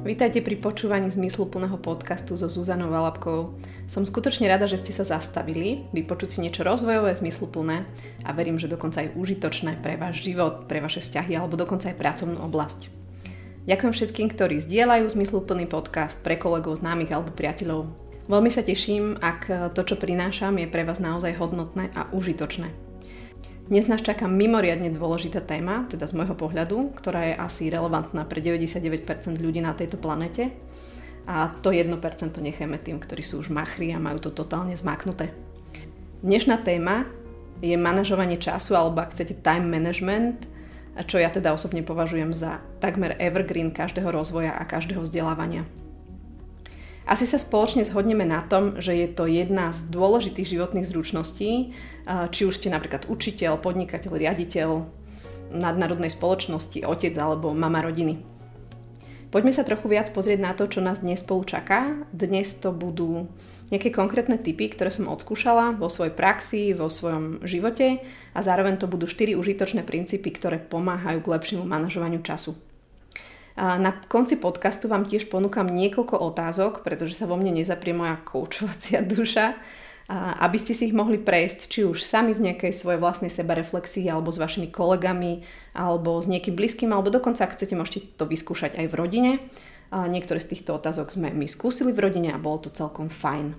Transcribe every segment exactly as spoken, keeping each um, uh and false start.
Vítajte pri počúvaní zmysluplného podcastu so Zuzanou Valabkovou. Som skutočne rada, že ste sa zastavili, vypočuť si niečo rozvojové, zmysluplné a verím, že dokonca aj užitočné pre váš život, pre vaše vzťahy alebo dokonca aj pracovnú oblasť. Ďakujem všetkým, ktorí zdieľajú zmysluplný podcast pre kolegov, známych alebo priateľov. Veľmi sa teším, ak to, čo prinášam, je pre vás naozaj hodnotné a užitočné. Dnes nás čaká mimoriadne dôležitá téma, teda z môjho pohľadu, ktorá je asi relevantná pre deväťdesiatdeväť percent ľudí na tejto planete. A to jedno percento nechajme tým, ktorí sú už machri a majú to totálne zmáknuté. Dnešná téma je manažovanie času, alebo ak chcete time management, čo ja teda osobne považujem za takmer evergreen každého rozvoja a každého vzdelávania. Asi sa spoločne zhodneme na tom, že je to jedna z dôležitých životných zručností, či už ste napríklad učiteľ, podnikateľ, riaditeľ nadnárodnej spoločnosti, otec alebo mama rodiny. Poďme sa trochu viac pozrieť na to, čo nás dnes spolu čaká. Dnes to budú nejaké konkrétne tipy, ktoré som odskúšala vo svojej praxi, vo svojom živote a zároveň to budú štyri užitočné princípy, ktoré pomáhajú k lepšiemu manažovaniu času. Na konci podcastu vám tiež ponúkam niekoľko otázok, pretože sa vo mne nezaprie moja koučovacia duša, aby ste si ich mohli prejsť, či už sami v nejakej svojej vlastnej sebareflexii, alebo s vašimi kolegami, alebo s niekým blízkym, alebo dokonca, ak chcete, môžete to vyskúšať aj v rodine. Niektoré z týchto otázok sme my skúsili v rodine a bolo to celkom fajn.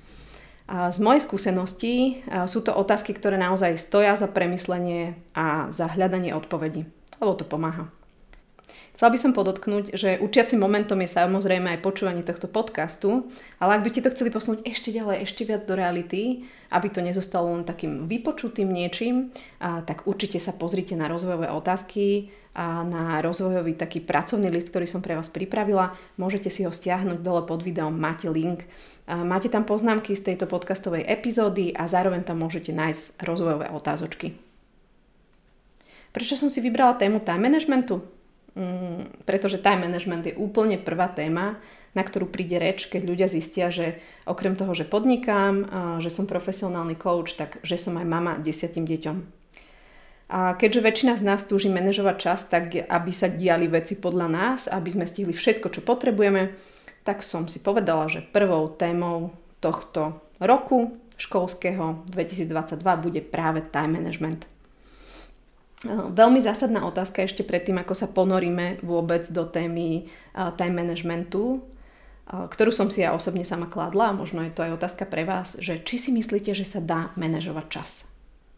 Z mojej skúsenosti sú to otázky, ktoré naozaj stoja za premyslenie a za hľadanie odpovedí, lebo to pomáha. Chcela by som podotknúť, že učiacim momentom je samozrejme aj počúvanie tohto podcastu, ale ak by ste to chceli posunúť ešte ďalej, ešte viac do reality, aby to nezostalo len takým vypočutým niečím, tak určite sa pozrite na rozvojové otázky a na rozvojový taký pracovný list, ktorý som pre vás pripravila. Môžete si ho stiahnuť dole pod videom, máte link. Máte tam poznámky z tejto podcastovej epizódy a zároveň tam môžete nájsť rozvojové otázočky. Prečo som si vybrala tému time managementu? Mm, pretože time management je úplne prvá téma, na ktorú príde reč, keď ľudia zistia, že okrem toho, že podnikám, že som profesionálny coach, tak že som aj mama desiatim deťom. A keďže väčšina z nás túži manažovať čas, tak aby sa diali veci podľa nás, aby sme stihli všetko, čo potrebujeme, tak som si povedala, že prvou témou tohto roku školského dvetisícdvadsaťdva bude práve time management. Veľmi zásadná otázka ešte predtým, ako sa ponoríme vôbec do témy time managementu, ktorú som si ja osobne sama kladla, možno je to aj otázka pre vás, že či si myslíte, že sa dá manažovať čas.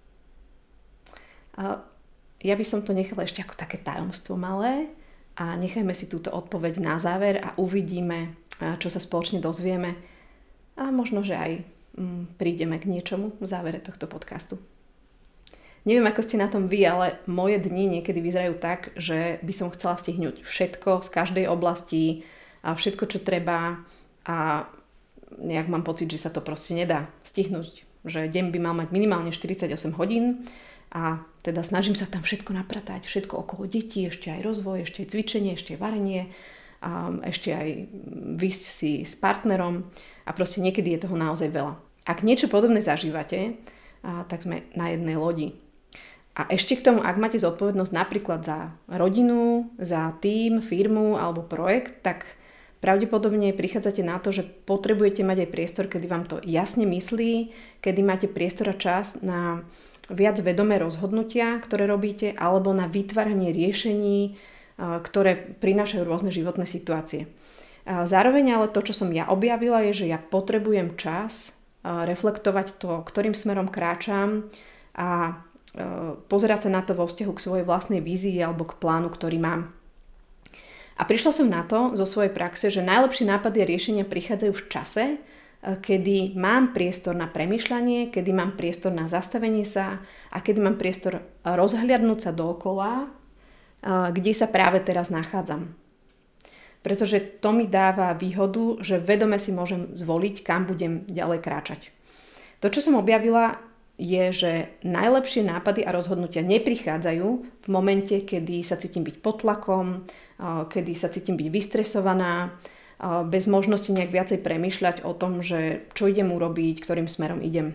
Ja by som to nechala ešte ako také tajomstvo malé a nechajme si túto odpoveď na záver a uvidíme, čo sa spoločne dozvieme a možno, že aj prídeme k niečomu v závere tohto podcastu. Neviem, ako ste na tom vy, ale moje dni niekedy vyzerajú tak, že by som chcela stihnúť všetko z každej oblasti a všetko, čo treba a nejak mám pocit, že sa to proste nedá stihnúť. Že deň by mal mať minimálne štyridsaťosem hodín a teda snažím sa tam všetko napratať, všetko okolo detí, ešte aj rozvoj, ešte aj cvičenie, ešte aj varenie, a ešte aj výsť si s partnerom a proste niekedy je toho naozaj veľa. Ak niečo podobné zažívate, a tak sme na jednej lodi. A ešte k tomu, ak máte zodpovednosť napríklad za rodinu, za tím, firmu alebo projekt, tak pravdepodobne prichádzate na to, že potrebujete mať aj priestor, kedy vám to jasne myslí, kedy máte priestor a čas na viac vedomé rozhodnutia, ktoré robíte, alebo na vytváranie riešení, ktoré prinášajú rôzne životné situácie. Zároveň ale to, čo som ja objavila, je, že ja potrebujem čas reflektovať to, ktorým smerom kráčam a pozerať sa na to vo vzťahu k svojej vlastnej vízii alebo k plánu, ktorý mám. A prišla som na to zo svojej praxe, že najlepšie nápady a riešenia prichádzajú v čase, kedy mám priestor na premýšľanie, kedy mám priestor na zastavenie sa a kedy mám priestor rozhliadnúť sa dookola, kde sa práve teraz nachádzam. Pretože to mi dáva výhodu, že vedome si môžem zvoliť, kam budem ďalej kráčať. To, čo som objavila, je, že najlepšie nápady a rozhodnutia neprichádzajú v momente, kedy sa cítim byť pod tlakom, kedy sa cítim byť vystresovaná, bez možnosti nejak viacej premýšľať o tom, že čo idem urobiť, ktorým smerom idem.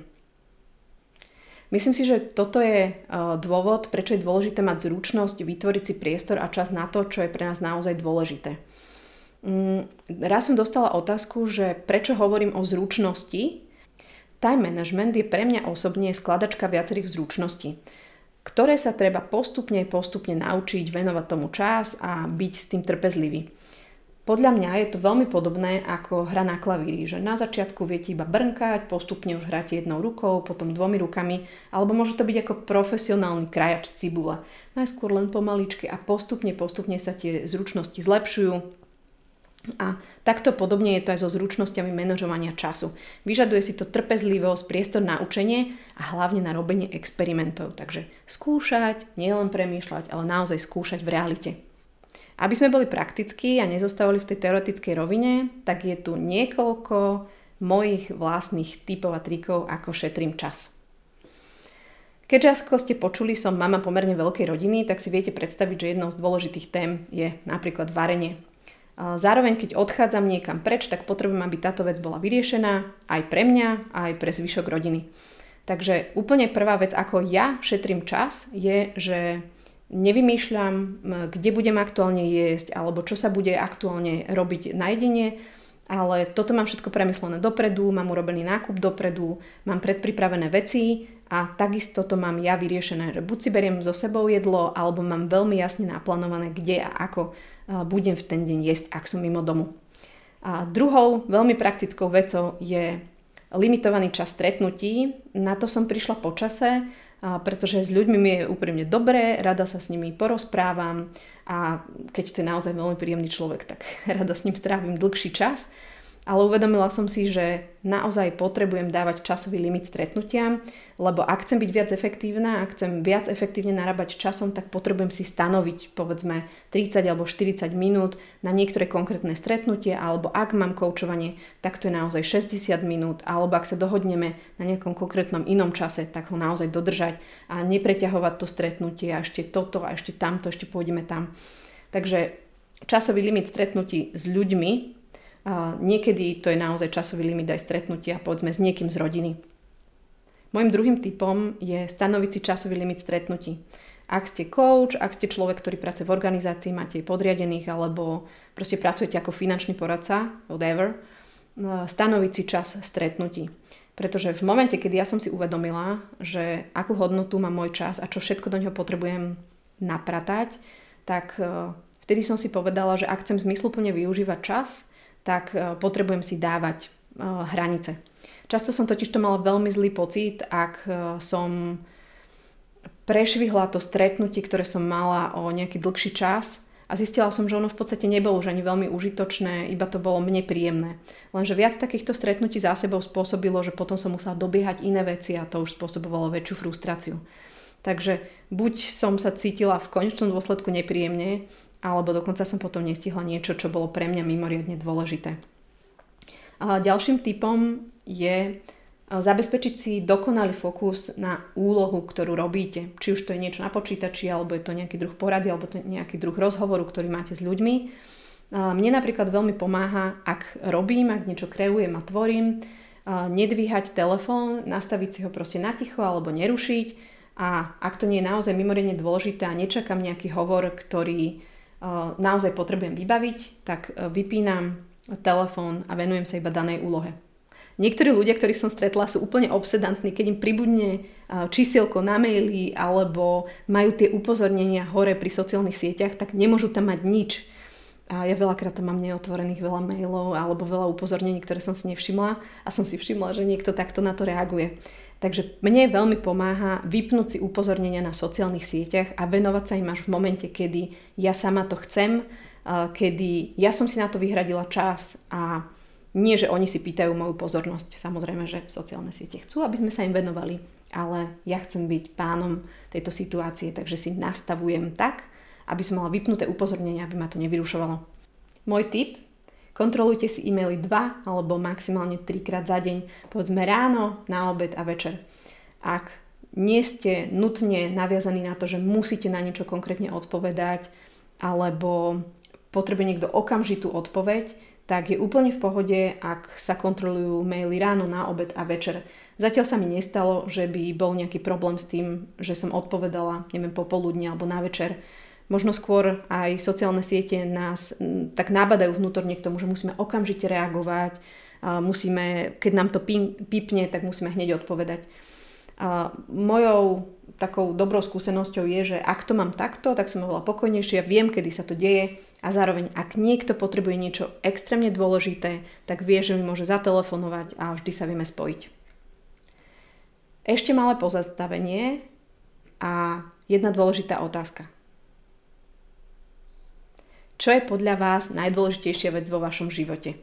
Myslím si, že toto je dôvod, prečo je dôležité mať zručnosť vytvoriť si priestor a čas na to, čo je pre nás naozaj dôležité. Raz som dostala otázku, že prečo hovorím o zručnosti. Time management je pre mňa osobne skladačka viacerých zručností, ktoré sa treba postupne, postupne naučiť, venovať tomu čas a byť s tým trpezlivý. Podľa mňa je to veľmi podobné ako hra na klavíri, že na začiatku viete iba brnkať, postupne už hráte jednou rukou, potom dvomi rukami, alebo môže to byť ako profesionálny krajač cibule. Najskôr len pomaličky a postupne, postupne sa tie zručnosti zlepšujú. A takto podobne je to aj so zručnosťami manažovania času. Vyžaduje si to trpezlivosť, priestor na učenie a hlavne na robenie experimentov. Takže skúšať, nielen premýšľať, ale naozaj skúšať v realite. Aby sme boli praktickí a nezostávali v tej teoretickej rovine, tak je tu niekoľko mojich vlastných tipov a trikov, ako šetrím čas. Keďže ako ste počuli, som mama pomerne veľkej rodiny, tak si viete predstaviť, že jednou z dôležitých tém je napríklad varenie. Zároveň, keď odchádzam niekam preč, tak potrebujem, aby táto vec bola vyriešená aj pre mňa, aj pre zvyšok rodiny. Takže úplne prvá vec, ako ja šetrím čas, je, že nevymýšľam, kde budem aktuálne jesť, alebo čo sa bude aktuálne robiť na jedenie, ale toto mám všetko premyslené dopredu, mám urobený nákup dopredu, mám predpripravené veci a takisto to mám ja vyriešené, že buď si beriem so sebou jedlo, alebo mám veľmi jasne naplánované, kde a ako budem v ten deň jesť, ak som mimo domu. A druhou veľmi praktickou vecou je limitovaný čas stretnutí. Na to som prišla po čase, pretože s ľuďmi mi je úprimne dobré, rada sa s nimi porozprávam a keď to je naozaj veľmi príjemný človek, tak rada s ním strávim dlhší čas. Ale uvedomila som si, že naozaj potrebujem dávať časový limit stretnutiam, lebo ak chcem byť viac efektívna, ak chcem viac efektívne narábať časom, tak potrebujem si stanoviť povedzme tridsať alebo štyridsať minút na niektoré konkrétne stretnutie, alebo ak mám koučovanie, tak to je naozaj šesťdesiat minút, alebo ak sa dohodneme na nejakom konkrétnom inom čase, tak ho naozaj dodržať a nepreťahovať to stretnutie a ešte toto a ešte tamto, ešte pôjdeme tam. Takže časový limit stretnutí s ľuďmi. A niekedy to je naozaj časový limit aj stretnutia, povedzme s niekým z rodiny. Mojím druhým tipom je stanoviť si časový limit stretnutí. Ak ste coach, ak ste človek, ktorý pracuje v organizácii, máte podriadených alebo proste pracujete ako finančný poradca, whatever, stanoviť si čas stretnutí. Pretože v momente, kedy ja som si uvedomila, že akú hodnotu má môj čas a čo všetko do neho potrebujem napratať, tak vtedy som si povedala, že ak chcem zmysluplne využívať čas, tak potrebujem si dávať uh, hranice. Často som totiž to mala veľmi zlý pocit, ak uh, som prešvihla to stretnutie, ktoré som mala o nejaký dlhší čas a zistila som, že ono v podstate nebolo už ani veľmi užitočné, iba to bolo mne príjemné. Lenže viac takýchto stretnutí za sebou spôsobilo, že potom som musela dobiehať iné veci a to už spôsobovalo väčšiu frustráciu. Takže buď som sa cítila v konečnom dôsledku nepríjemne, alebo dokonca som potom nestihla niečo, čo bolo pre mňa mimoriadne dôležité. A ďalším tipom je zabezpečiť si dokonalý fokus na úlohu, ktorú robíte. Či už to je niečo na počítači, alebo je to nejaký druh porady, alebo to je nejaký druh rozhovoru, ktorý máte s ľuďmi. A mne napríklad veľmi pomáha, ak robím, ak niečo kreujem a tvorím, a nedvíhať telefón, nastaviť si ho proste na ticho alebo nerušiť. A ak to nie je naozaj mimoriadne dôležité a nečakám nejaký hovor, ktorý naozaj potrebujem vybaviť, tak vypínam telefón a venujem sa iba danej úlohe. Niektorí ľudia, ktorých som stretla, sú úplne obsedantní, keď im pribudne čísielko na maili alebo majú tie upozornenia hore pri sociálnych sieťach, tak nemôžu tam mať nič. A ja veľakrát tam mám neotvorených veľa mailov alebo veľa upozornení, ktoré som si nevšimla a som si všimla, že niekto takto na to reaguje. Takže mne veľmi pomáha vypnúť si upozornenia na sociálnych sieťach a venovať sa im až v momente, kedy ja sama to chcem, kedy ja som si na to vyhradila čas a nie, že oni si pýtajú moju pozornosť. Samozrejme, že sociálne siete chcú, aby sme sa im venovali, ale ja chcem byť pánom tejto situácie, takže si nastavujem tak, aby som mala vypnuté upozornenia, aby ma to nevyrušovalo. Môj tip: kontrolujte si e-maily dva alebo maximálne trikrát za deň, povedzme ráno, na obed a večer. Ak nie ste nutne naviazaní na to, že musíte na niečo konkrétne odpovedať alebo potrebuje niekto okamžitú odpoveď, tak je úplne v pohode, ak sa kontrolujú maily ráno, na obed a večer. Zatiaľ sa mi nestalo, že by bol nejaký problém s tým, že som odpovedala, neviem, popoludne alebo na večer. Možno skôr aj sociálne siete nás tak nabadajú vnútorne k tomu, že musíme okamžite reagovať, musíme, keď nám to pípne, tak musíme hneď odpovedať. Mojou takou dobrou skúsenosťou je, že ak to mám takto, tak som oveľa pokojnejšia, viem, kedy sa to deje a zároveň, ak niekto potrebuje niečo extrémne dôležité, tak vie, že mi môže zatelefonovať a vždy sa vieme spojiť. Ešte malé pozastavenie a jedna dôležitá otázka. Čo je podľa vás najdôležitejšia vec vo vašom živote?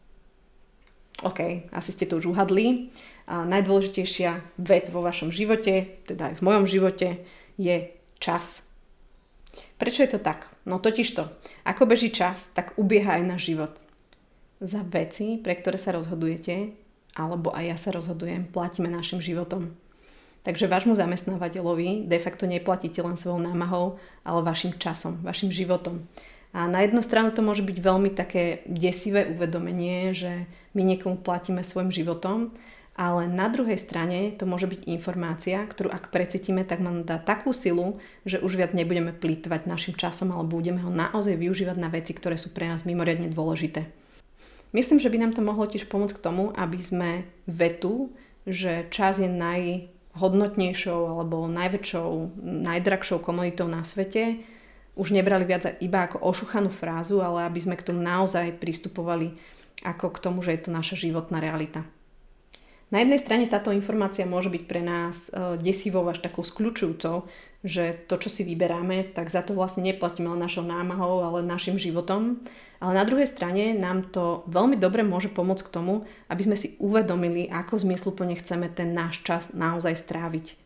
OK, asi ste to už uhadli. A najdôležitejšia vec vo vašom živote, teda aj v mojom živote, je čas. Prečo je to tak? No totižto, ako beží čas, tak ubieha aj náš život. Za veci, pre ktoré sa rozhodujete, alebo aj ja sa rozhodujem, platíme našim životom. Takže vášmu zamestnávateľovi de facto neplatíte len svojou námahou, ale vašim časom, vašim životom. A na jednu stranu to môže byť veľmi také desivé uvedomenie, že my niekomu platíme svojim životom, ale na druhej strane to môže byť informácia, ktorú ak precítime, tak nám dá takú silu, že už viac nebudeme plýtvať našim časom, ale budeme ho naozaj využívať na veci, ktoré sú pre nás mimoriadne dôležité. Myslím, že by nám to mohlo tiež pomôcť k tomu, aby sme vetu, že čas je najhodnotnejšou alebo najväčšou, najdrahšou komoditou na svete, už nebrali viac iba ako ošuchanú frázu, ale aby sme k tomu naozaj pristupovali ako k tomu, že je to naša životná realita. Na jednej strane táto informácia môže byť pre nás desivou až takou skľučujúcou, že to, čo si vyberáme, tak za to vlastne neplatíme len našou námahou, ale našim životom. Ale na druhej strane nám to veľmi dobre môže pomôcť k tomu, aby sme si uvedomili, ako zmysluplne chceme ten náš čas naozaj stráviť.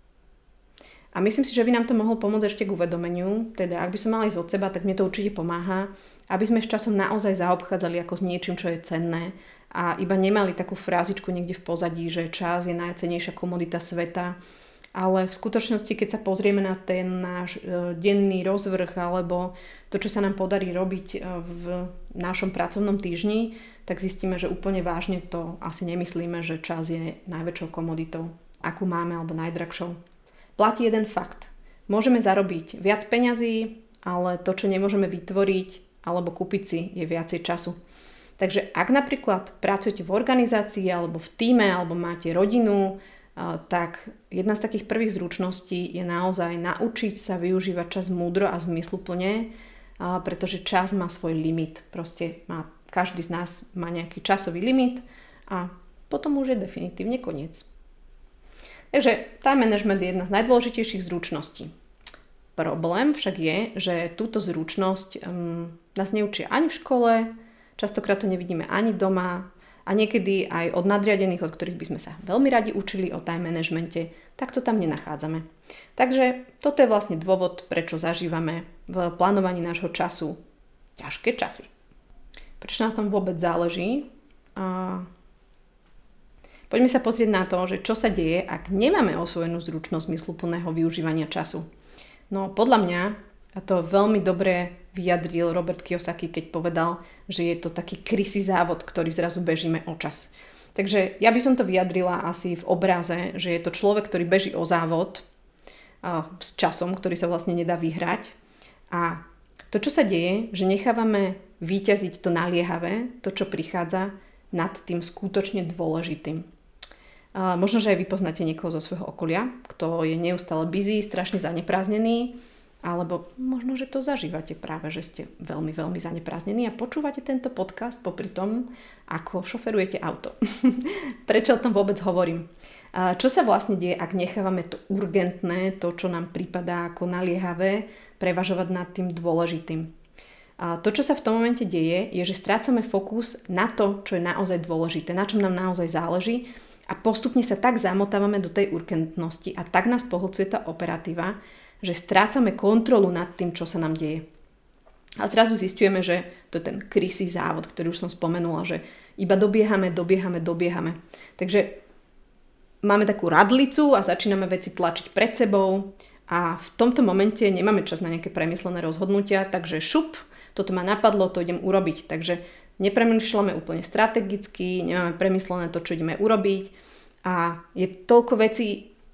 A myslím si, že by nám to mohlo pomôcť ešte k uvedomeniu, teda ak by som mala ísť od seba, tak mne to určite pomáha, aby sme s časom naozaj zaobchádzali ako s niečím, čo je cenné a iba nemali takú frázičku niekde v pozadí, že čas je najcennejšia komodita sveta, ale v skutočnosti, keď sa pozrieme na ten náš denný rozvrh alebo to, čo sa nám podarí robiť v našom pracovnom týždni, tak zistíme, že úplne vážne to asi nemyslíme, že čas je najväčšou komoditou, akú máme, alebo najdrahšou. Platí jeden fakt. Môžeme zarobiť viac peňazí, ale to, čo nemôžeme vytvoriť alebo kúpiť si, je viacej času. Takže ak napríklad pracujete v organizácii alebo v tíme alebo máte rodinu, tak jedna z takých prvých zručností je naozaj naučiť sa využívať čas múdro a zmysluplne, pretože čas má svoj limit. Proste má, každý z nás má nejaký časový limit a potom už je definitívne koniec. Takže time management je jedna z najdôležitejších zručností. Problém však je, že túto zručnosť um, nás neučia ani v škole, častokrát to nevidíme ani doma a niekedy aj od nadriadených, od ktorých by sme sa veľmi radi učili o time managemente, tak to tam nenachádzame. Takže toto je vlastne dôvod, prečo zažívame v plánovaní nášho času ťažké časy. Prečo nám tam vôbec záleží? A poďme sa pozrieť na to, že čo sa deje, ak nemáme osvojenú zručnosť zmysluplného využívania času. No podľa mňa, a to veľmi dobre vyjadril Robert Kiyosaki, keď povedal, že je to taký krysý závod, ktorý zrazu bežíme o čas. Takže ja by som to vyjadrila asi v obraze, že je to človek, ktorý beží o závod a, s časom, ktorý sa vlastne nedá vyhrať. A to, čo sa deje, že nechávame víťaziť to naliehavé, to, čo prichádza nad tým skutočne dôležitým. A možno, že aj vy poznáte niekoho zo svojho okolia, kto je neustále busy, strašne zanepráznený, alebo možno, že to zažívate práve, že ste veľmi, veľmi zanepráznení a počúvate tento podcast popri tom, ako šoferujete auto. Prečo o tom vôbec hovorím? A čo sa vlastne deje, ak nechávame to urgentné, to, čo nám prípadá ako naliehavé, prevažovať nad tým dôležitým? A to, čo sa v tom momente deje, je, že strácame fokus na to, čo je naozaj dôležité, na čom nám naozaj záleží a postupne sa tak zamotávame do tej urgentnosti a tak nás pohlcuje tá operatíva, že strácame kontrolu nad tým, čo sa nám deje. A zrazu zistujeme, že to je ten krysý závod, ktorý už som spomenula, že iba dobiehame, dobiehame, dobiehame. Takže máme takú radlicu a začíname veci tlačiť pred sebou a v tomto momente nemáme čas na nejaké premyslené rozhodnutia, takže šup, toto ma napadlo, to idem urobiť. Takže nepremýšľame úplne strategicky, nemáme premyslené to, čo ideme urobiť a je toľko vecí,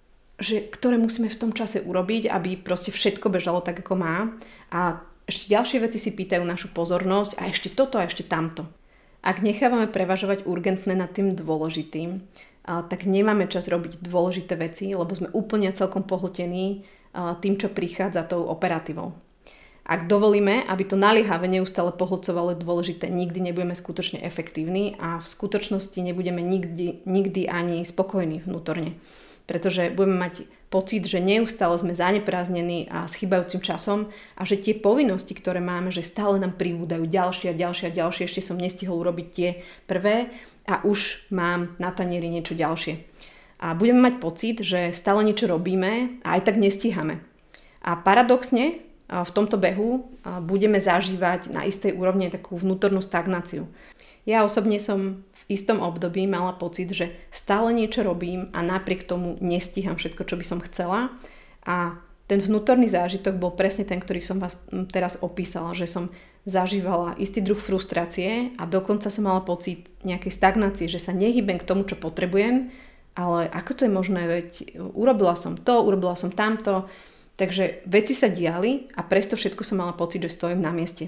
že, ktoré musíme v tom čase urobiť, aby proste všetko bežalo tak, ako má. A ešte ďalšie veci si pýtajú našu pozornosť a ešte toto a ešte tamto. Ak nechávame prevažovať urgentné nad tým dôležitým, tak nemáme čas robiť dôležité veci, lebo sme úplne celkom pohltení tým, čo prichádza tou operatívou. Ak dovolíme, aby to naliehavé neustále pohlcovalo dôležité, nikdy nebudeme skutočne efektívni a v skutočnosti nebudeme nikdy, nikdy ani spokojní vnútorne. Pretože budeme mať pocit, že neustále sme zaneprázdnení a s chýbajúcim časom a že tie povinnosti, ktoré máme, že stále nám pribúdajú ďalšie a ďalšie a ďalšie, ešte som nestihol urobiť tie prvé a už mám na tanieri niečo ďalšie. A budeme mať pocit, že stále niečo robíme a aj tak nestíhame. A paradoxne v tomto behu budeme zažívať na istej úrovni takú vnútornú stagnáciu. Ja osobne som v istom období mala pocit, že stále niečo robím a napriek tomu nestíham všetko, čo by som chcela. A ten vnútorný zážitok bol presne ten, ktorý som vás teraz opísala, že som zažívala istý druh frustrácie a dokonca som mala pocit nejakej stagnácie, že sa nehybem k tomu, čo potrebujem, ale ako to je možné, veď urobila som to, urobila som tamto. Takže veci sa diali a presto všetko som mala pocit, že stojím na mieste.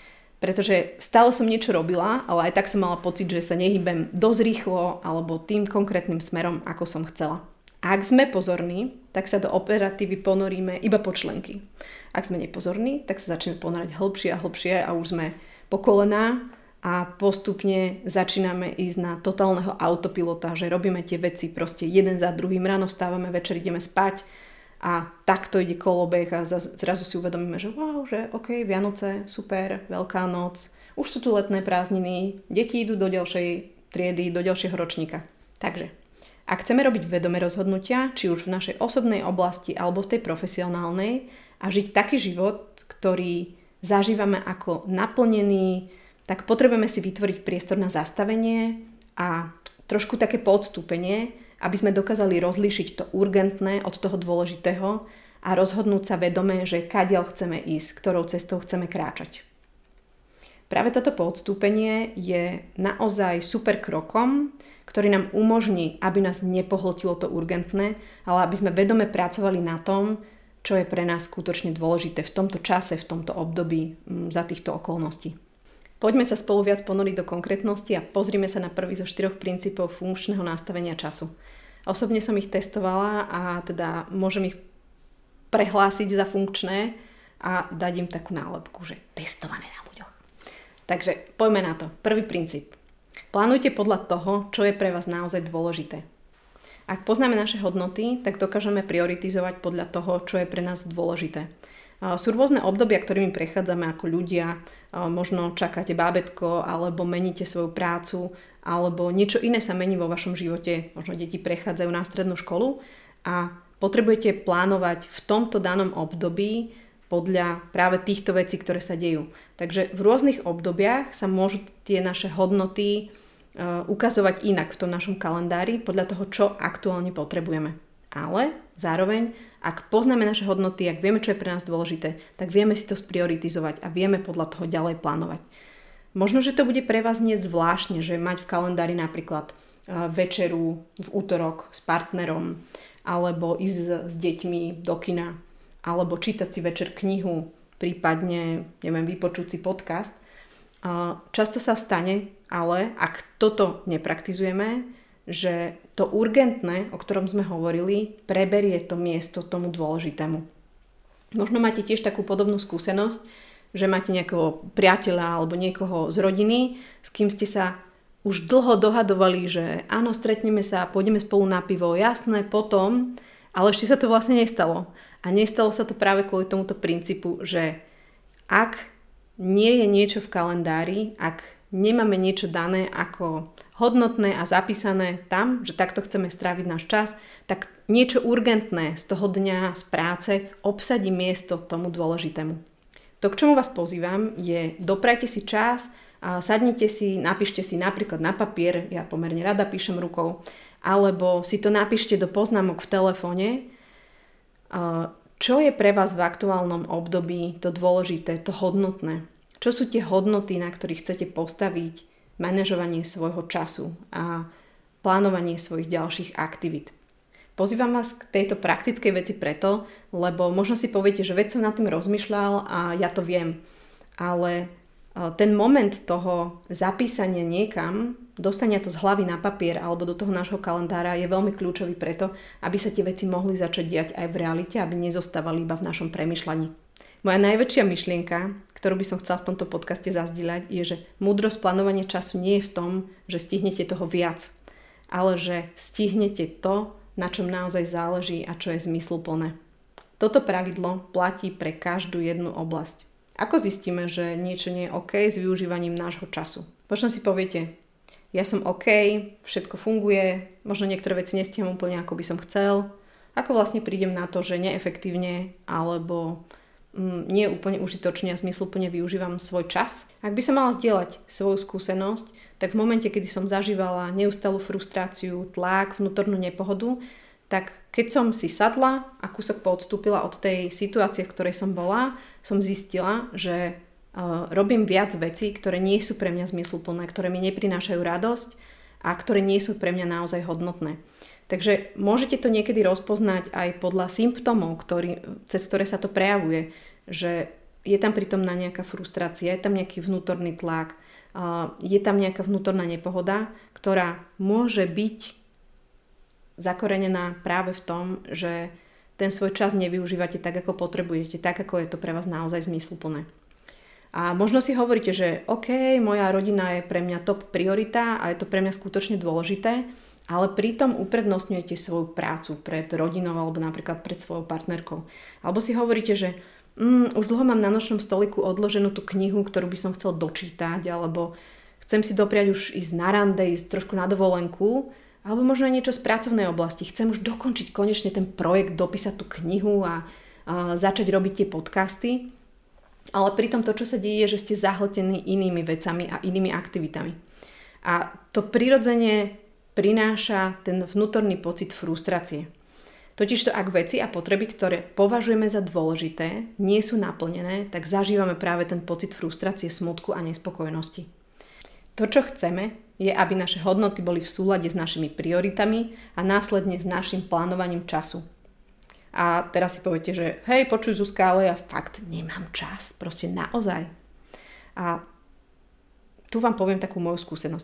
Pretože stále som niečo robila, ale aj tak som mala pocit, že sa nehybem dosť rýchlo alebo tým konkrétnym smerom, ako som chcela. Ak sme pozorní, tak sa do operatívy ponoríme iba po členky. Ak sme nepozorní, tak sa začneme ponorať hlbšie a hlbšie a už sme po kolená a postupne začíname ísť na totálneho autopilota, že robíme tie veci proste jeden za druhým, ráno vstávame, večer ideme spať, a takto ide kolobeh a zrazu si uvedomíme, že wow, že ok, Vianoce, super, Veľká noc, už sú tu letné prázdniny, deti idú do ďalšej triedy, do ďalšieho ročníka. Takže, ak chceme robiť vedomé rozhodnutia, či už v našej osobnej oblasti alebo v tej profesionálnej a žiť taký život, ktorý zažívame ako naplnený, tak potrebujeme si vytvoriť priestor na zastavenie a trošku také podstúpenie, aby sme dokázali rozlíšiť to urgentné od toho dôležitého a rozhodnúť sa vedome, že kadiaľ chceme ísť, ktorou cestou chceme kráčať. Práve toto podstúpenie je naozaj super krokom, ktorý nám umožní, aby nás nepohltilo to urgentné, ale aby sme vedome pracovali na tom, čo je pre nás skutočne dôležité v tomto čase, v tomto období, za týchto okolností. Poďme sa spolu viac ponoriť do konkrétnosti a pozrime sa na prvý zo štyroch princípov funkčného nastavenia času. Osobne som ich testovala a teda môžem ich prehlásiť za funkčné a dať im takú nálepku, že testované na ľuďoch. Takže poďme na to. Prvý princíp. Plánujte podľa toho, čo je pre vás naozaj dôležité. Ak poznáme naše hodnoty, tak dokážeme prioritizovať podľa toho, čo je pre nás dôležité. Sú rôzne obdobia, ktorými prechádzame ako ľudia. Možno čakáte bábätko, alebo meníte svoju prácu, alebo niečo iné sa mení vo vašom živote. Možno deti prechádzajú na strednú školu a potrebujete plánovať v tomto danom období podľa práve týchto vecí, ktoré sa dejú. Takže v rôznych obdobiach sa môžu tie naše hodnoty uh, ukazovať inak v tom našom kalendári podľa toho, čo aktuálne potrebujeme. Ale zároveň, ak poznáme naše hodnoty, ak vieme, čo je pre nás dôležité, tak vieme si to sprioritizovať a vieme podľa toho ďalej plánovať. Možno, že to bude pre vás nie zvláštne, že mať v kalendári napríklad večeru v útorok s partnerom, alebo ísť s deťmi do kina, alebo čítať si večer knihu, prípadne, neviem, vypočuť si podcast. Často sa stane, ale ak toto nepraktizujeme, že to urgentné, o ktorom sme hovorili, preberie to miesto tomu dôležitému. Možno máte tiež takú podobnú skúsenosť, že máte nejakého priateľa alebo niekoho z rodiny, s kým ste sa už dlho dohadovali, že áno, stretneme sa, pôjdeme spolu na pivo, jasné, potom, ale ešte sa to vlastne nestalo. A nestalo sa to práve kvôli tomuto princípu, že ak nie je niečo v kalendári, ak nemáme niečo dané ako hodnotné a zapísané tam, že takto chceme stráviť náš čas, tak niečo urgentné z toho dňa, z práce obsadí miesto tomu dôležitému. To, k čomu vás pozývam, je doprajte si čas, a sadnite si, napíšte si napríklad na papier, ja pomerne rada píšem rukou, alebo si to napíšte do poznámok v telefóne, čo je pre vás v aktuálnom období to dôležité, to hodnotné. Čo sú tie hodnoty, na ktorých chcete postaviť manažovanie svojho času a plánovanie svojich ďalších aktivít. Pozývam vás k tejto praktickej veci preto, lebo možno si poviete, že veď som nad tým rozmýšľal a ja to viem. Ale ten moment toho zapísania niekam, dostania to z hlavy na papier alebo do toho nášho kalendára je veľmi kľúčový preto, aby sa tie veci mohli začať diať aj v realite, aby nezostávali iba v našom premýšľaní. Moja najväčšia myšlienka, ktorú by som chcela v tomto podcaste zazdieľať, je, že múdrosť plánovania času nie je v tom, že stihnete toho viac, ale že stihnete to, na čom naozaj záleží a čo je zmysluplné. Toto pravidlo platí pre každú jednu oblasť. Ako zistíme, že niečo nie je OK s využívaním nášho času? Možno si poviete, ja som OK, všetko funguje, možno niektoré veci nestiham úplne ako by som chcel. Ako vlastne prídem na to, že neefektívne alebo mm, nie úplne užitočne a zmysluplne využívam svoj čas? Ak by som mala zdieľať svoju skúsenosť, tak v momente, kedy som zažívala neustalú frustráciu, tlak, vnútornú nepohodu, tak keď som si sadla a kúsok poodstúpila od tej situácie, v ktorej som bola, som zistila, že uh, robím viac vecí, ktoré nie sú pre mňa zmysluplné, ktoré mi neprinášajú radosť a ktoré nie sú pre mňa naozaj hodnotné. Takže môžete to niekedy rozpoznať aj podľa symptómov, ktorý, cez ktoré sa to prejavuje, že je tam pritomná nejaká frustrácia, je tam nejaký vnútorný tlak, je tam nejaká vnútorná nepohoda, ktorá môže byť zakorenená práve v tom, že ten svoj čas nevyužívate tak, ako potrebujete, tak, ako je to pre vás naozaj zmysluplné. A možno si hovoríte, že OK, moja rodina je pre mňa top priorita a je to pre mňa skutočne dôležité, ale pritom uprednostňujete svoju prácu pred rodinou alebo napríklad pred svojou partnerkou. Alebo si hovoríte, že Mm, už dlho mám na nočnom stoliku odloženú tú knihu, ktorú by som chcel dočítať, alebo chcem si dopriať už ísť na rande, ísť trošku na dovolenku, alebo možno aj niečo z pracovnej oblasti. Chcem už dokončiť konečne ten projekt, dopísať tú knihu a, a začať robiť tie podcasty. Ale pritom to, čo sa deje, je, že ste zahltení inými vecami a inými aktivitami. A to prirodzene prináša ten vnútorný pocit frustrácie. Totižto ak veci a potreby, ktoré považujeme za dôležité, nie sú naplnené, tak zažívame práve ten pocit frustrácie, smútku a nespokojnosti. To, čo chceme, je, aby naše hodnoty boli v súlade s našimi prioritami a následne s našim plánovaním času. A teraz si poviete, že hej, počuj Zuzka, ale ja fakt nemám čas, proste naozaj. A tu vám poviem takú moju skúsenosť.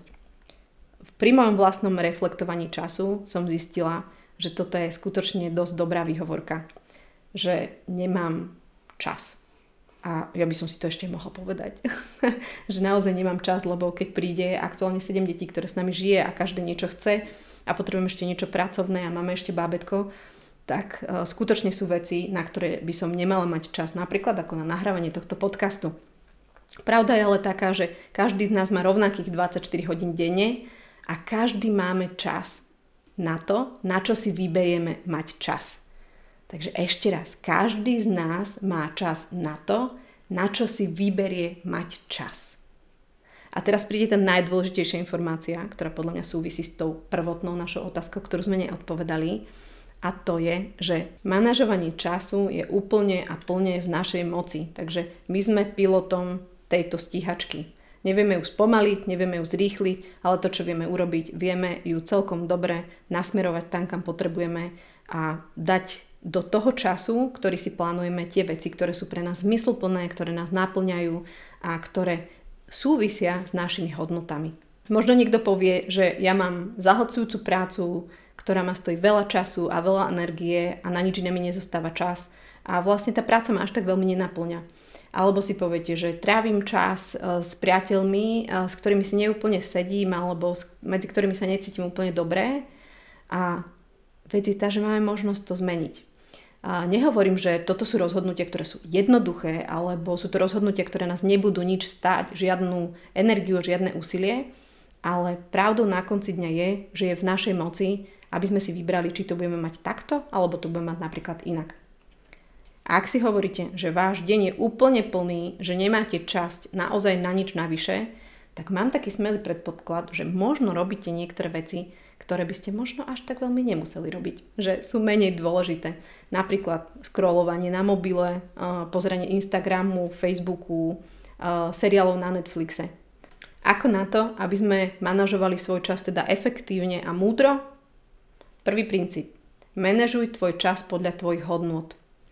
Pri mojom vlastnom reflektovaní času som zistila, že toto je skutočne dosť dobrá výhovorka, že nemám čas. A ja by som si to ešte mohla povedať, že naozaj nemám čas, lebo keď príde aktuálne sedem detí, ktoré s nami žije a každé niečo chce a potrebujem ešte niečo pracovné a máme ešte bábätko, tak uh, skutočne sú veci, na ktoré by som nemala mať čas, napríklad ako na nahrávanie tohto podcastu. Pravda je ale taká, že každý z nás má rovnakých dvadsaťštyri hodín denne a každý máme čas na to, na čo si vyberieme mať čas. Takže ešte raz, každý z nás má čas na to, na čo si vyberie mať čas. A teraz príde tá najdôležitejšia informácia, ktorá podľa mňa súvisí s tou prvotnou našou otázkou, ktorú sme neodpovedali. A to je, že manažovanie času je úplne a plne v našej moci. Takže my sme pilotom tejto stíhačky. Nevieme ju spomaliť, nevieme ju zrýchliť, ale to, čo vieme urobiť, vieme ju celkom dobre nasmerovať tam, kam potrebujeme a dať do toho času, ktorý si plánujeme, tie veci, ktoré sú pre nás zmysluplné, ktoré nás naplňajú a ktoré súvisia s našimi hodnotami. Možno niekto povie, že ja mám zahlcujúcu prácu, ktorá ma stojí veľa času a veľa energie a na nič iné mi nezostáva čas a vlastne tá práca ma až tak veľmi nenaplňa. Alebo si poviete, že trávim čas s priateľmi, s ktorými si neúplne sedím alebo medzi ktorými sa necítim úplne dobré a vec je tá, že máme možnosť to zmeniť. A nehovorím, že toto sú rozhodnutia, ktoré sú jednoduché alebo sú to rozhodnutia, ktoré nás nebudú nič stáť, žiadnu energiu, žiadne úsilie, ale pravdou na konci dňa je, že je v našej moci, aby sme si vybrali, či to budeme mať takto alebo to budeme mať napríklad inak. A ak si hovoríte, že váš deň je úplne plný, že nemáte časť naozaj na nič navyše, tak mám taký smelý predpoklad, že možno robíte niektoré veci, ktoré by ste možno až tak veľmi nemuseli robiť. Že sú menej dôležité. Napríklad scrollovanie na mobile, pozeranie Instagramu, Facebooku, seriálov na Netflixe. Ako na to, aby sme manažovali svoj čas teda efektívne a múdro? Prvý princíp. Manažuj tvoj čas podľa tvojich hodnôt.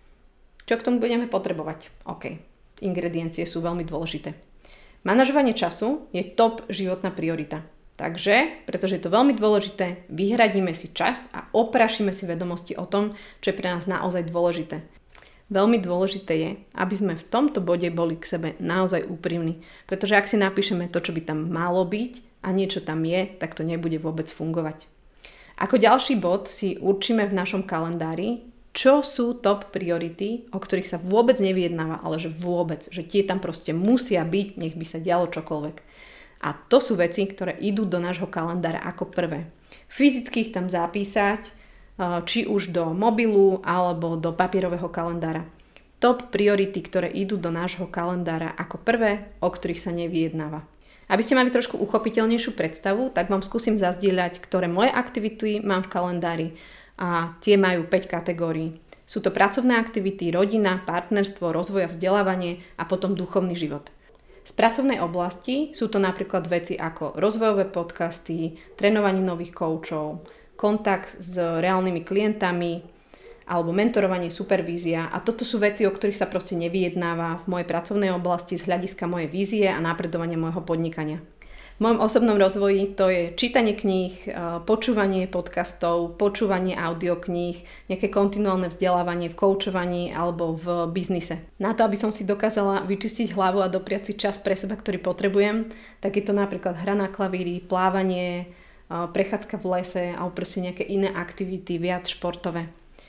Čo k tomu budeme potrebovať? OK, ingrediencie sú veľmi dôležité. Manažovanie času je top životná priorita. Takže, pretože je to veľmi dôležité, vyhradíme si čas a oprašíme si vedomosti o tom, čo je pre nás naozaj dôležité. Veľmi dôležité je, aby sme v tomto bode boli k sebe naozaj úprimní. Pretože ak si napíšeme to, čo by tam malo byť a niečo tam je, tak to nebude vôbec fungovať. Ako ďalší bod si určíme v našom kalendári, čo sú top priority, o ktorých sa vôbec nevyjednáva, ale že vôbec, že tie tam proste musia byť, nech by sa dialo čokoľvek. A to sú veci, ktoré idú do nášho kalendára ako prvé. Fyzicky ich tam zapísať, či už do mobilu alebo do papierového kalendára. Top priority, ktoré idú do nášho kalendára ako prvé, o ktorých sa nevyjednáva. Aby ste mali trošku uchopiteľnejšiu predstavu, tak vám skúsim zazdieľať, ktoré moje aktivity mám v kalendári a tie majú päť kategórií. Sú to pracovné aktivity, rodina, partnerstvo, rozvoj a vzdelávanie a potom duchovný život. Z pracovnej oblasti sú to napríklad veci ako rozvojové podcasty, trénovanie nových koučov, kontakt s reálnymi klientami alebo mentorovanie, supervízia a toto sú veci, o ktorých sa proste nevyjednáva v mojej pracovnej oblasti z hľadiska mojej vízie a napredovania môjho podnikania. V mojom osobnom rozvoji to je čítanie kníh, počúvanie podcastov, počúvanie audiokníh, nejaké kontinuálne vzdelávanie v koučovaní alebo v biznise. Na to, aby som si dokázala vyčistiť hlavu a dopriať si čas pre seba, ktorý potrebujem, tak je to napríklad hra na klavíri, plávanie, prechádzka v lese alebo proste nejaké iné aktivity, viac športové.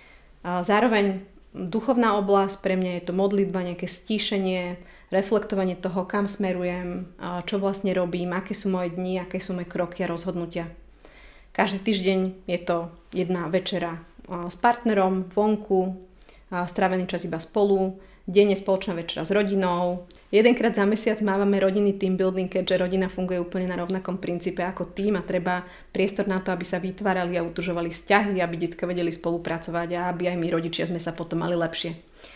Zároveň duchovná oblasť, pre mňa je to modlitba, nejaké stíšenie, reflektovanie toho, kam smerujem, čo vlastne robím, aké sú moje dni, aké sú moje kroky a rozhodnutia. Každý týždeň je to jedna večera s partnerom, vonku, strávený čas iba spolu, denne spoločná večera s rodinou. Jedenkrát za mesiac mávame rodinný team building, keďže rodina funguje úplne na rovnakom princípe ako tým a treba priestor na to, aby sa vytvárali a utužovali vzťahy, aby decká vedeli spolupracovať a aby aj my rodičia sme sa potom mali lepšie.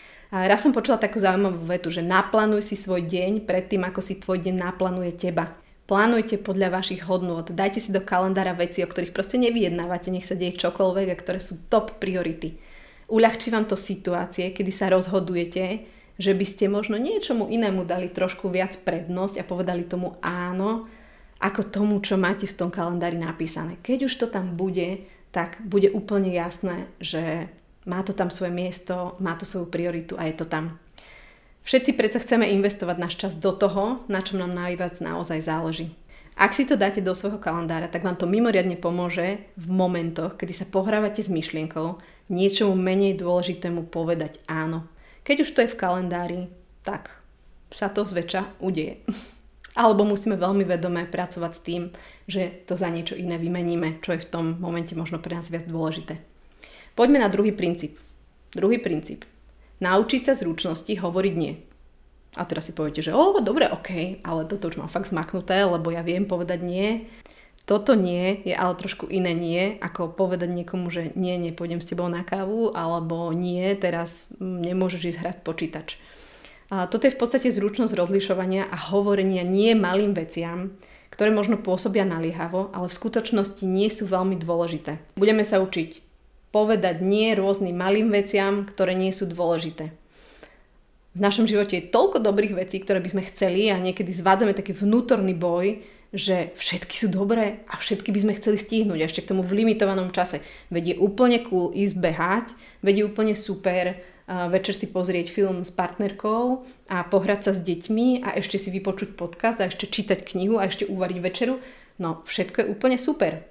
A raz som počula takú zaujímavú vetu, že naplánuj si svoj deň predtým, ako si tvoj deň naplánuje teba. Plánujte podľa vašich hodnôt, dajte si do kalendára veci, o ktorých proste nevyjednávate, nech sa deje čokoľvek a ktoré sú top priority. Uľahčí vám to situácie, kedy sa rozhodujete, že by ste možno niečomu inému dali trošku viac prednosť a povedali tomu áno, ako tomu, čo máte v tom kalendári napísané. Keď už to tam bude, tak bude úplne jasné, že má to tam svoje miesto, má to svoju prioritu a je to tam. Všetci predsa chceme investovať náš čas do toho, na čom nám najviac naozaj záleží. Ak si to dáte do svojho kalendára, tak vám to mimoriadne pomôže v momentoch, kedy sa pohrávate s myšlienkou niečomu menej dôležitému povedať áno. Keď už to je v kalendári, tak sa to zväčša udeje. Alebo musíme veľmi vedome pracovať s tým, že to za niečo iné vymeníme, čo je v tom momente možno pre nás viac dôležité. Poďme na druhý princíp. Druhý princíp. Naučiť sa zručnosti hovoriť nie. A teraz si poviete, že o, dobre, ok, ale toto už mám fakt zmaknuté, lebo ja viem povedať nie. Toto nie je ale trošku iné nie, ako povedať niekomu, že nie, nepôjdem s tebou na kávu, alebo nie, teraz nemôžeš ísť hrať počítač. A toto je v podstate zručnosť rozlišovania a hovorenia nie malým veciam, ktoré možno pôsobia naliehavo, ale v skutočnosti nie sú veľmi dôležité. Budeme sa učiť povedať nie rôznym malým veciam, ktoré nie sú dôležité. V našom živote je toľko dobrých vecí, ktoré by sme chceli a niekedy zvádzame taký vnútorný boj, že všetky sú dobré a všetky by sme chceli stihnúť a ešte k tomu v limitovanom čase. Veď je úplne cool ísť behať, veď je úplne super uh, večer si pozrieť film s partnerkou a pohrať sa s deťmi a ešte si vypočuť podcast a ešte čítať knihu a ešte uvariť večeru. No, všetko je úplne super.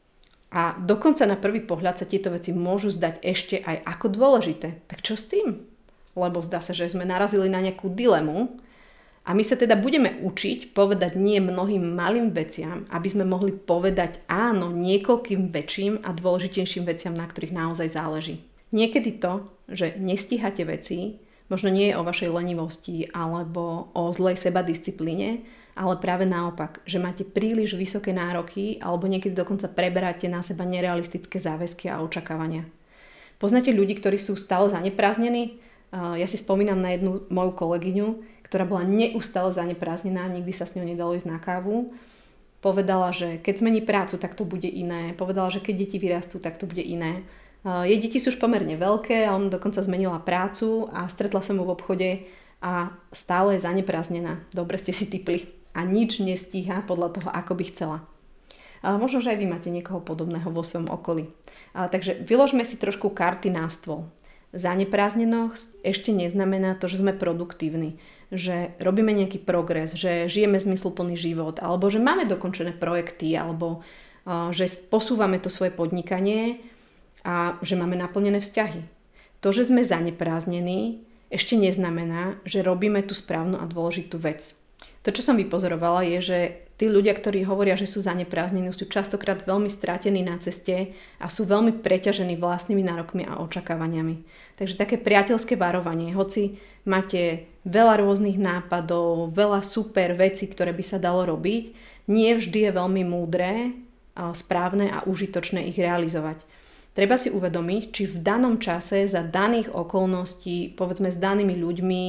A dokonca na prvý pohľad sa tieto veci môžu zdať ešte aj ako dôležité. Tak čo s tým? Lebo zdá sa, že sme narazili na nejakú dilemu a my sa teda budeme učiť povedať nie mnohým malým veciam, aby sme mohli povedať áno niekoľkým väčším a dôležitejším veciam, na ktorých naozaj záleží. Niekedy to, že nestíhate veci, možno nie je o vašej lenivosti alebo o zlej sebadisciplíne, ale práve naopak, že máte príliš vysoké nároky alebo niekedy dokonca preberáte na seba nerealistické záväzky a očakávania. Poznáte ľudí, ktorí sú stále zaneprázdnení? Ja si spomínam na jednu moju kolegyňu, ktorá bola neustále zaneprázdnená, nikdy sa s ňou nedalo ísť na kávu. Povedala, že keď zmení prácu, tak to bude iné. Povedala, že keď deti vyrastú, tak to bude iné. Jej deti sú už pomerne veľké, on dokonca zmenila prácu a stretla sa mu v obchode a stále je zaneprázdnená. Dobre ste si tipli. A nič nestíha podľa toho, ako by chcela. A možno, že aj vy máte niekoho podobného vo svojom okolí. A takže vyložme si trošku karty na stôl. Zaneprázdnenosť ešte neznamená to, že sme produktívni, že robíme nejaký progres, že žijeme zmysluplný život, alebo že máme dokončené projekty, alebo uh, že posúvame to svoje podnikanie a že máme naplnené vzťahy. To, že sme zaneprázdnení, ešte neznamená, že robíme tú správnu a dôležitú vec. To, čo som vypozorovala, je, že tí ľudia, ktorí hovoria, že sú zaneprázdnení, sú častokrát veľmi strátení na ceste a sú veľmi preťažení vlastnými nárokmi a očakávaniami. Takže také priateľské varovanie, hoci máte veľa rôznych nápadov, veľa super vecí, ktoré by sa dalo robiť, nie vždy je veľmi múdre, správne a užitočné ich realizovať. Treba si uvedomiť, či v danom čase, za daných okolností, povedzme s danými ľuďmi,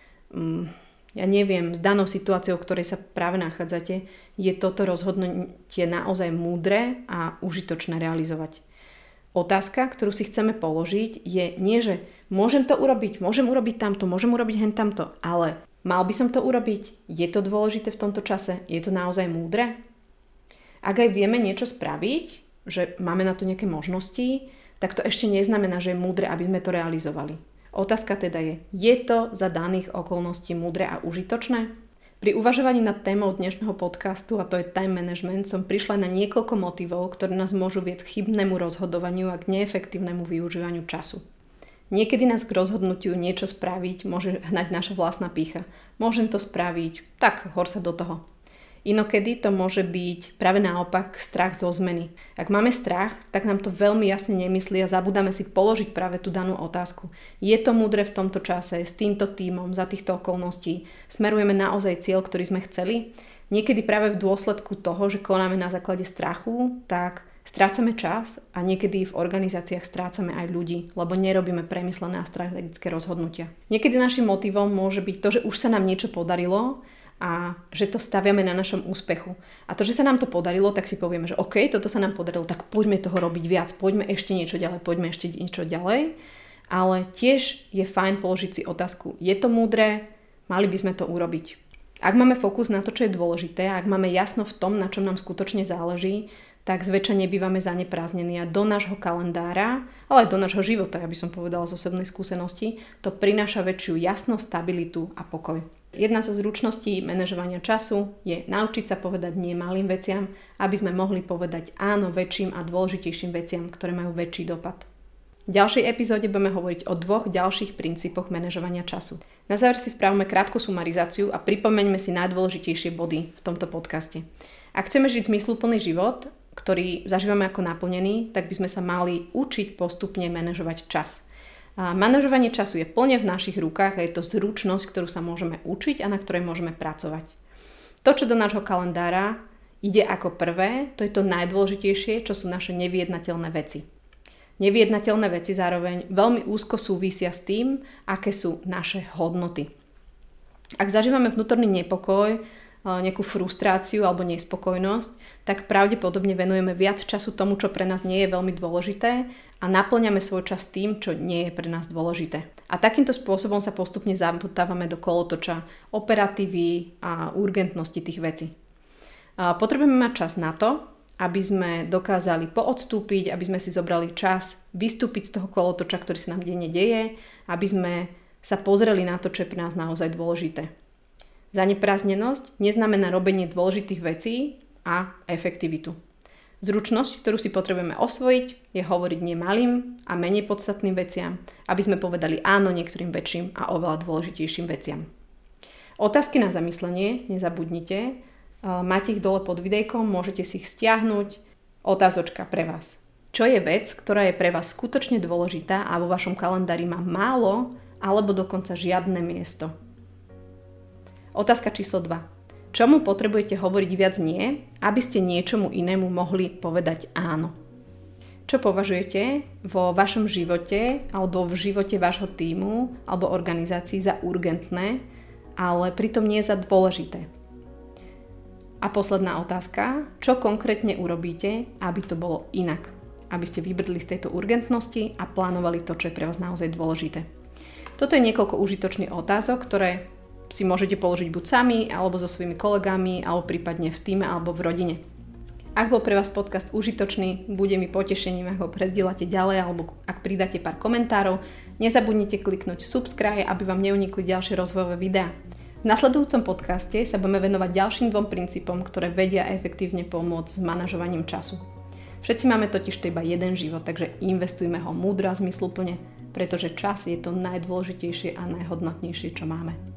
ja neviem, s danou situáciou, v ktorej sa práve nachádzate, je toto rozhodnutie naozaj múdre a užitočné realizovať. Otázka, ktorú si chceme položiť, je nie, že môžem to urobiť, môžem urobiť tamto, môžem urobiť hen tamto, ale mal by som to urobiť? Je to dôležité v tomto čase? Je to naozaj múdre? Ak aj vieme niečo spraviť, že máme na to nejaké možnosti, tak to ešte neznamená, že je múdre, aby sme to realizovali. Otázka teda je, je to za daných okolností múdre a užitočné? Pri uvažovaní nad témou dnešného podcastu, a to je time management, som prišla na niekoľko motivov, ktoré nás môžu viesť k chybnému rozhodovaniu a k neefektívnemu využívaniu času. Niekedy nás k rozhodnutiu niečo spraviť môže hnať naša vlastná pýcha. Môžem to spraviť, tak hor sa do toho. Inokedy to môže byť práve naopak strach zo zmeny. Ak máme strach, tak nám to veľmi jasne nemyslí a zabudáme si položiť práve tú danú otázku. Je to múdre v tomto čase, s týmto tímom, za týchto okolností? Smerujeme naozaj cieľ, ktorý sme chceli? Niekedy práve v dôsledku toho, že konáme na základe strachu, tak strácame čas a niekedy v organizáciách strácame aj ľudí, lebo nerobíme premyslené a strategické rozhodnutia. Niekedy našim motivom môže byť to, že už sa nám niečo podarilo, a že to staviame na našom úspechu. A to, že sa nám to podarilo, tak si povieme, že OK, toto sa nám podarilo, tak poďme toho robiť viac, poďme ešte niečo ďalej, poďme ešte niečo ďalej. Ale tiež je fajn položiť si otázku, je to múdre, mali by sme to urobiť. Ak máme fokus na to, čo je dôležité, ak máme jasno v tom, na čom nám skutočne záleží, tak zväčša nebývame zaneprázdnení a do nášho kalendára, ale aj do nášho života, ja by som povedala z osobnej skúsenosti, to prináša väčšiu jasnosť, stabilitu a pokoj. Jedna zo zručností manažovania času je naučiť sa povedať nie malým veciam, aby sme mohli povedať áno väčším a dôležitejším veciam, ktoré majú väčší dopad. V ďalšej epizóde budeme hovoriť o dvoch ďalších princípoch manažovania času. Na záver si spravíme krátku sumarizáciu a pripomeňme si najdôležitejšie body v tomto podcaste. Ak chceme žiť zmysluplný život, ktorý zažívame ako naplnený, tak by sme sa mali učiť postupne manažovať čas. A manažovanie času je plne v našich rukách a je to zručnosť, ktorú sa môžeme učiť a na ktorej môžeme pracovať. To, čo do nášho kalendára ide ako prvé, to je to najdôležitejšie, čo sú naše nevyjednateľné veci. Nevyjednateľné veci zároveň veľmi úzko súvisia s tým, aké sú naše hodnoty. Ak zažívame vnútorný nepokoj, nejakú frustráciu alebo nespokojnosť, tak pravdepodobne venujeme viac času tomu, čo pre nás nie je veľmi dôležité a naplňame svoj čas tým, čo nie je pre nás dôležité. A takýmto spôsobom sa postupne zamotávame do kolotoča operatívy a urgentnosti tých vecí. A potrebujeme mať čas na to, aby sme dokázali poodstúpiť, aby sme si zobrali čas vystúpiť z toho kolotoča, ktorý sa nám denne deje, aby sme sa pozreli na to, čo je pre nás naozaj dôležité. Zaneprázdnenosť neznamená robenie dôležitých vecí a efektivitu. Zručnosť, ktorú si potrebujeme osvojiť, je hovoriť nie malým a menej podstatným veciam, aby sme povedali áno niektorým väčším a oveľa dôležitejším veciam. Otázky na zamyslenie nezabudnite, máte ich dole pod videjkom, môžete si ich stiahnuť. Otázočka pre vás. Čo je vec, ktorá je pre vás skutočne dôležitá a vo vašom kalendári má málo alebo dokonca žiadne miesto? Otázka číslo dva. Čomu potrebujete hovoriť viac nie, aby ste niečomu inému mohli povedať áno? Čo považujete vo vašom živote alebo v živote vášho tímu alebo organizácií za urgentné, ale pritom nie za dôležité? A posledná otázka. Čo konkrétne urobíte, aby to bolo inak? aby ste vybrdli z tejto urgentnosti a plánovali to, čo je pre vás naozaj dôležité. Toto je niekoľko užitočných otázok, ktoré si môžete položiť buď sami, alebo so svojimi kolegami, alebo prípadne v tíme, alebo v rodine. Ak bol pre vás podcast užitočný, bude mi potešením, ak ho prezdielate ďalej, alebo ak pridáte pár komentárov. Nezabudnite kliknúť subscribe, aby vám neunikli ďalšie rozvojové videá. V nasledujúcom podcaste sa budeme venovať ďalším dvom princípom, ktoré vedia efektívne pomôcť s manažovaním času. Všetci máme totiž iba jeden život, takže investujme ho múdro a zmysluplne, pretože čas je to najdôležitejšie a najhodnotnejšie, čo máme.